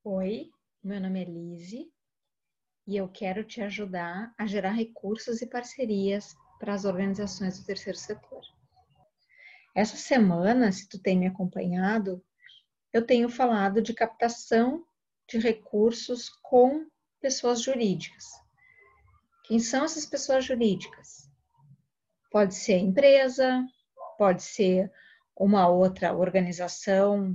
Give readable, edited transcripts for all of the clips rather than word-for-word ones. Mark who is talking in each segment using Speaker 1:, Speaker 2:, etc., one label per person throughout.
Speaker 1: Oi, meu nome é Lise e eu quero te ajudar a gerar recursos e parcerias para as organizações do terceiro setor. Essa semana, se tu tem me acompanhado, eu tenho falado de captação de recursos com pessoas jurídicas. Quem são essas pessoas jurídicas? Pode ser empresa, pode ser uma outra organização,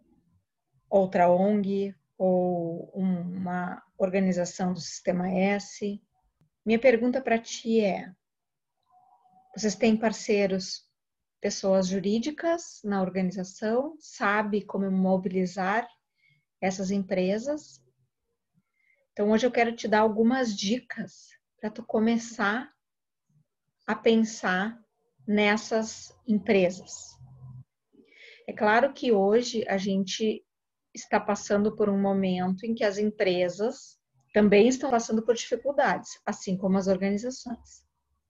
Speaker 1: outra ONG ou uma organização do Sistema S. Minha pergunta para ti é: vocês têm parceiros, pessoas jurídicas na organização? Sabe como mobilizar essas empresas? Então, hoje eu quero te dar algumas dicas para tu começar a pensar nessas empresas. É claro que hoje a gente está passando por um momento em que as empresas também estão passando por dificuldades, assim como as organizações.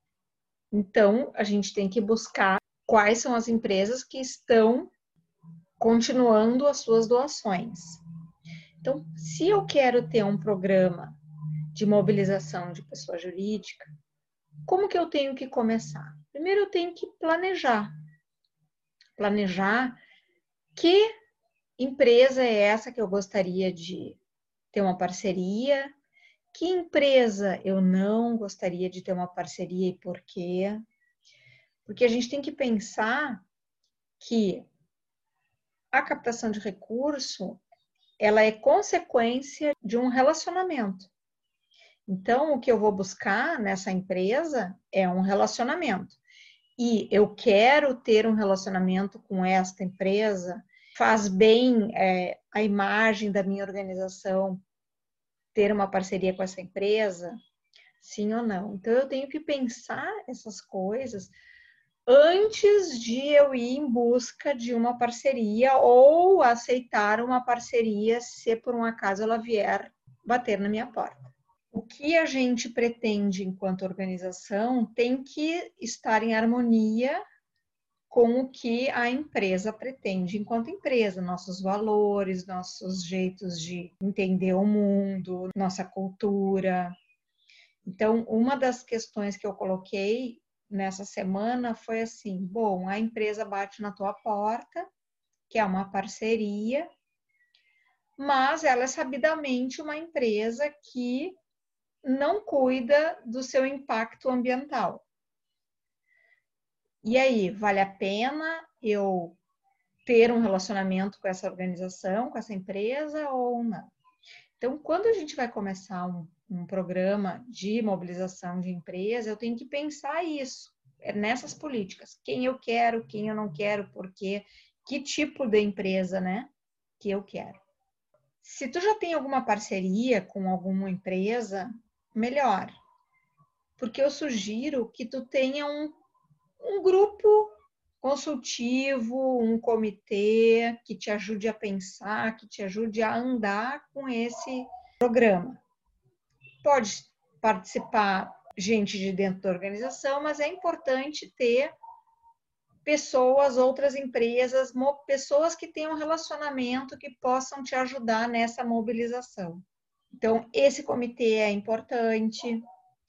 Speaker 1: Então, a gente tem que buscar quais são as empresas que estão continuando as suas doações. Então, se eu quero ter um programa de mobilização de pessoa jurídica, como que eu tenho que começar? Primeiro, eu tenho que planejar. Planejar que empresa é essa que eu gostaria de ter uma parceria, que empresa eu não gostaria de ter uma parceria e por quê? Porque a gente tem que pensar que a captação de recurso, ela é consequência de um relacionamento. Então, o que eu vou buscar nessa empresa é um relacionamento. E eu quero ter um relacionamento com esta empresa, faz bem a imagem da minha organização ter uma parceria com essa empresa, sim ou não? Então, eu tenho que pensar essas coisas antes de eu ir em busca de uma parceria ou aceitar uma parceria se por um acaso ela vier bater na minha porta. O que a gente pretende enquanto organização tem que estar em harmonia com o que a empresa pretende enquanto empresa, nossos valores, nossos jeitos de entender o mundo, nossa cultura. Então, uma das questões que eu coloquei nessa semana foi assim: bom, a empresa bate na tua porta, que é uma parceria, mas ela é sabidamente uma empresa que não cuida do seu impacto ambiental. E aí, vale a pena eu ter um relacionamento com essa organização, com essa empresa ou não? Então, quando a gente vai começar um programa de mobilização de empresa, eu tenho que pensar isso, nessas políticas. Quem eu quero, quem eu não quero, por quê, que tipo de empresa, né, que eu quero. Se tu já tem alguma parceria com alguma empresa, melhor. Porque eu sugiro que tu tenha um grupo consultivo, um comitê que te ajude a pensar, que te ajude a andar com esse programa. Pode participar gente de dentro da organização, mas é importante ter pessoas, outras empresas, pessoas que tenham relacionamento que possam te ajudar nessa mobilização. Então, esse comitê é importante.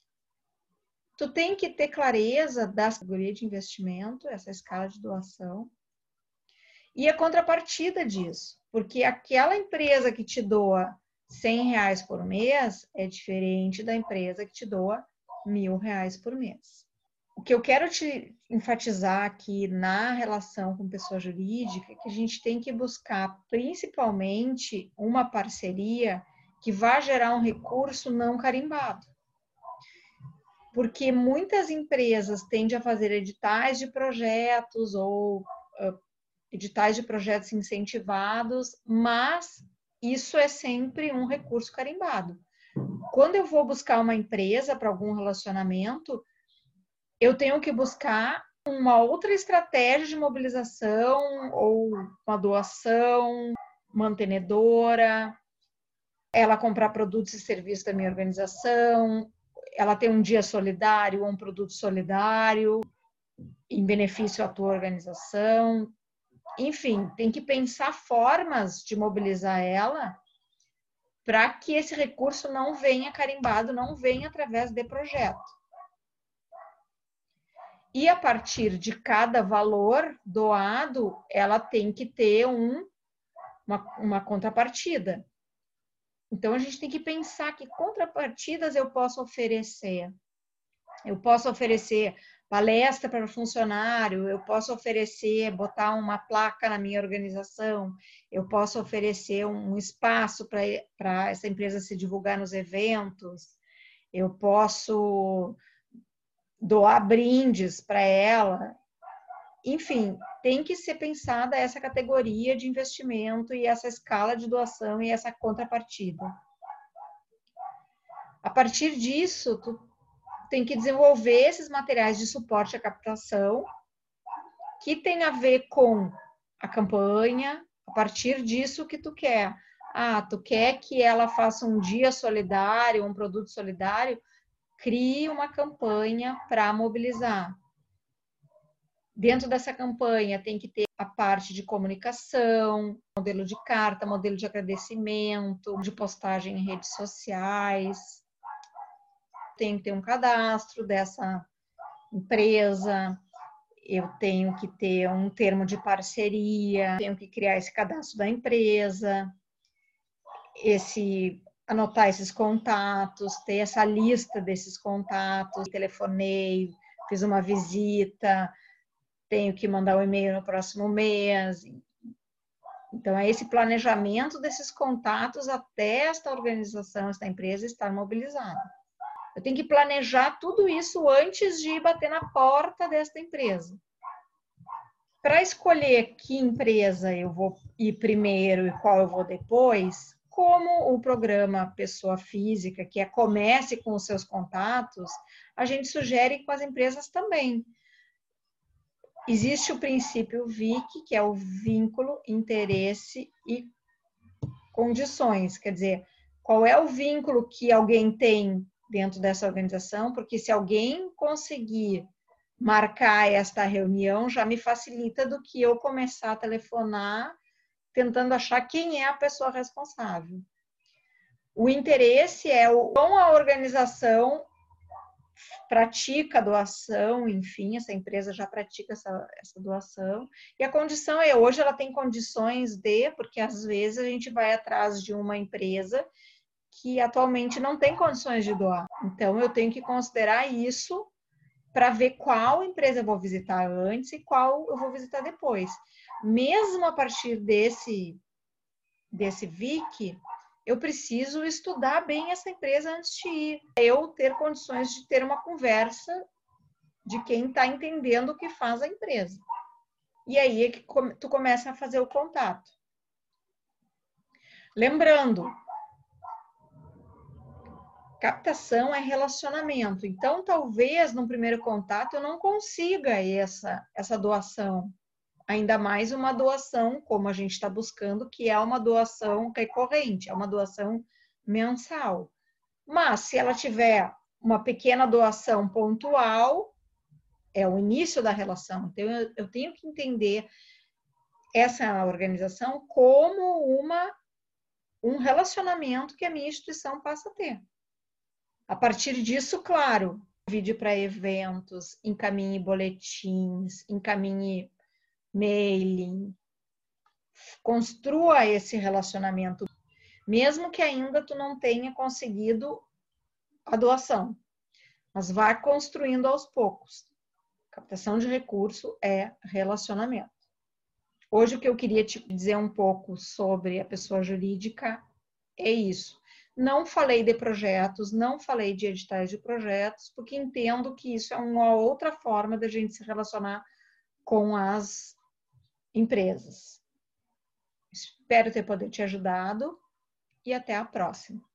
Speaker 1: Tu tem que ter clareza da categoria de investimento, essa escala de doação, e a contrapartida disso, porque aquela empresa que te doa R$100 por mês é diferente da empresa que te doa R$1.000 por mês. O que eu quero te enfatizar aqui na relação com pessoa jurídica é que a gente tem que buscar principalmente uma parceria que vá gerar um recurso não carimbado. Porque muitas empresas tendem a fazer editais de projetos ou editais de projetos incentivados, mas isso é sempre um recurso carimbado. Quando eu vou buscar uma empresa para algum relacionamento, eu tenho que buscar uma outra estratégia de mobilização ou uma doação mantenedora, ela comprar produtos e serviços da minha organização, ela ter um dia solidário ou um produto solidário em benefício à tua organização. Enfim, tem que pensar formas de mobilizar ela para que esse recurso não venha carimbado, não venha através de projeto. E a partir de cada valor doado, ela tem que ter uma contrapartida. Então, a gente tem que pensar que contrapartidas eu posso oferecer. Eu posso oferecer palestra para funcionário, eu posso oferecer, botar uma placa na minha organização, eu posso oferecer um espaço para essa empresa se divulgar nos eventos, eu posso doar brindes para ela. Enfim, tem que ser pensada essa categoria de investimento e essa escala de doação e essa contrapartida. A partir disso, tu tem que desenvolver esses materiais de suporte à captação, que tem a ver com a campanha, a partir disso que tu quer. Tu quer que ela faça um dia solidário, um produto solidário? Crie uma campanha para mobilizar. Dentro dessa campanha tem que ter a parte de comunicação, modelo de carta, modelo de agradecimento, de postagem em redes sociais. Tem que ter um cadastro dessa empresa, eu tenho que ter um termo de parceria, tenho que criar esse cadastro da empresa, anotar esses contatos, ter essa lista desses contatos, telefonei, fiz uma visita, tenho que mandar um e-mail no próximo mês. Então, é esse planejamento desses contatos até esta organização, esta empresa estar mobilizada. Eu tenho que planejar tudo isso antes de bater na porta desta empresa. Para escolher que empresa eu vou ir primeiro e qual eu vou depois, como o programa Pessoa Física, que comece com os seus contatos, a gente sugere com as empresas também. Existe o princípio VIC, que é o vínculo, interesse e condições. Quer dizer, qual é o vínculo que alguém tem dentro dessa organização, porque se alguém conseguir marcar esta reunião, já me facilita do que eu começar a telefonar tentando achar quem é a pessoa responsável. O interesse é como a organização pratica a doação, enfim, essa empresa já pratica essa doação. E a condição hoje ela tem condições porque às vezes a gente vai atrás de uma empresa que atualmente não tem condições de doar. Então, eu tenho que considerar isso para ver qual empresa eu vou visitar antes e qual eu vou visitar depois. Mesmo a partir desse VIC, eu preciso estudar bem essa empresa antes de ir. Eu ter condições de ter uma conversa de quem está entendendo o que faz a empresa. E aí é que tu começa a fazer o contato. Lembrando, captação é relacionamento. Então, talvez, no primeiro contato, eu não consiga essa doação. Ainda mais uma doação, como a gente está buscando, que é uma doação recorrente, é uma doação mensal. Mas, se ela tiver uma pequena doação pontual, é o início da relação. Então, eu tenho que entender essa organização como um relacionamento que a minha instituição passa a ter. A partir disso, claro, vídeo para eventos, encaminhe boletins, encaminhe mailing, construa esse relacionamento, mesmo que ainda tu não tenha conseguido a doação, mas vá construindo aos poucos. Captação de recurso é relacionamento. Hoje o que eu queria te dizer um pouco sobre a pessoa jurídica é isso. Não falei de projetos, não falei de editais de projetos, porque entendo que isso é uma outra forma da gente se relacionar com as empresas. Espero ter podido te ajudado e até a próxima.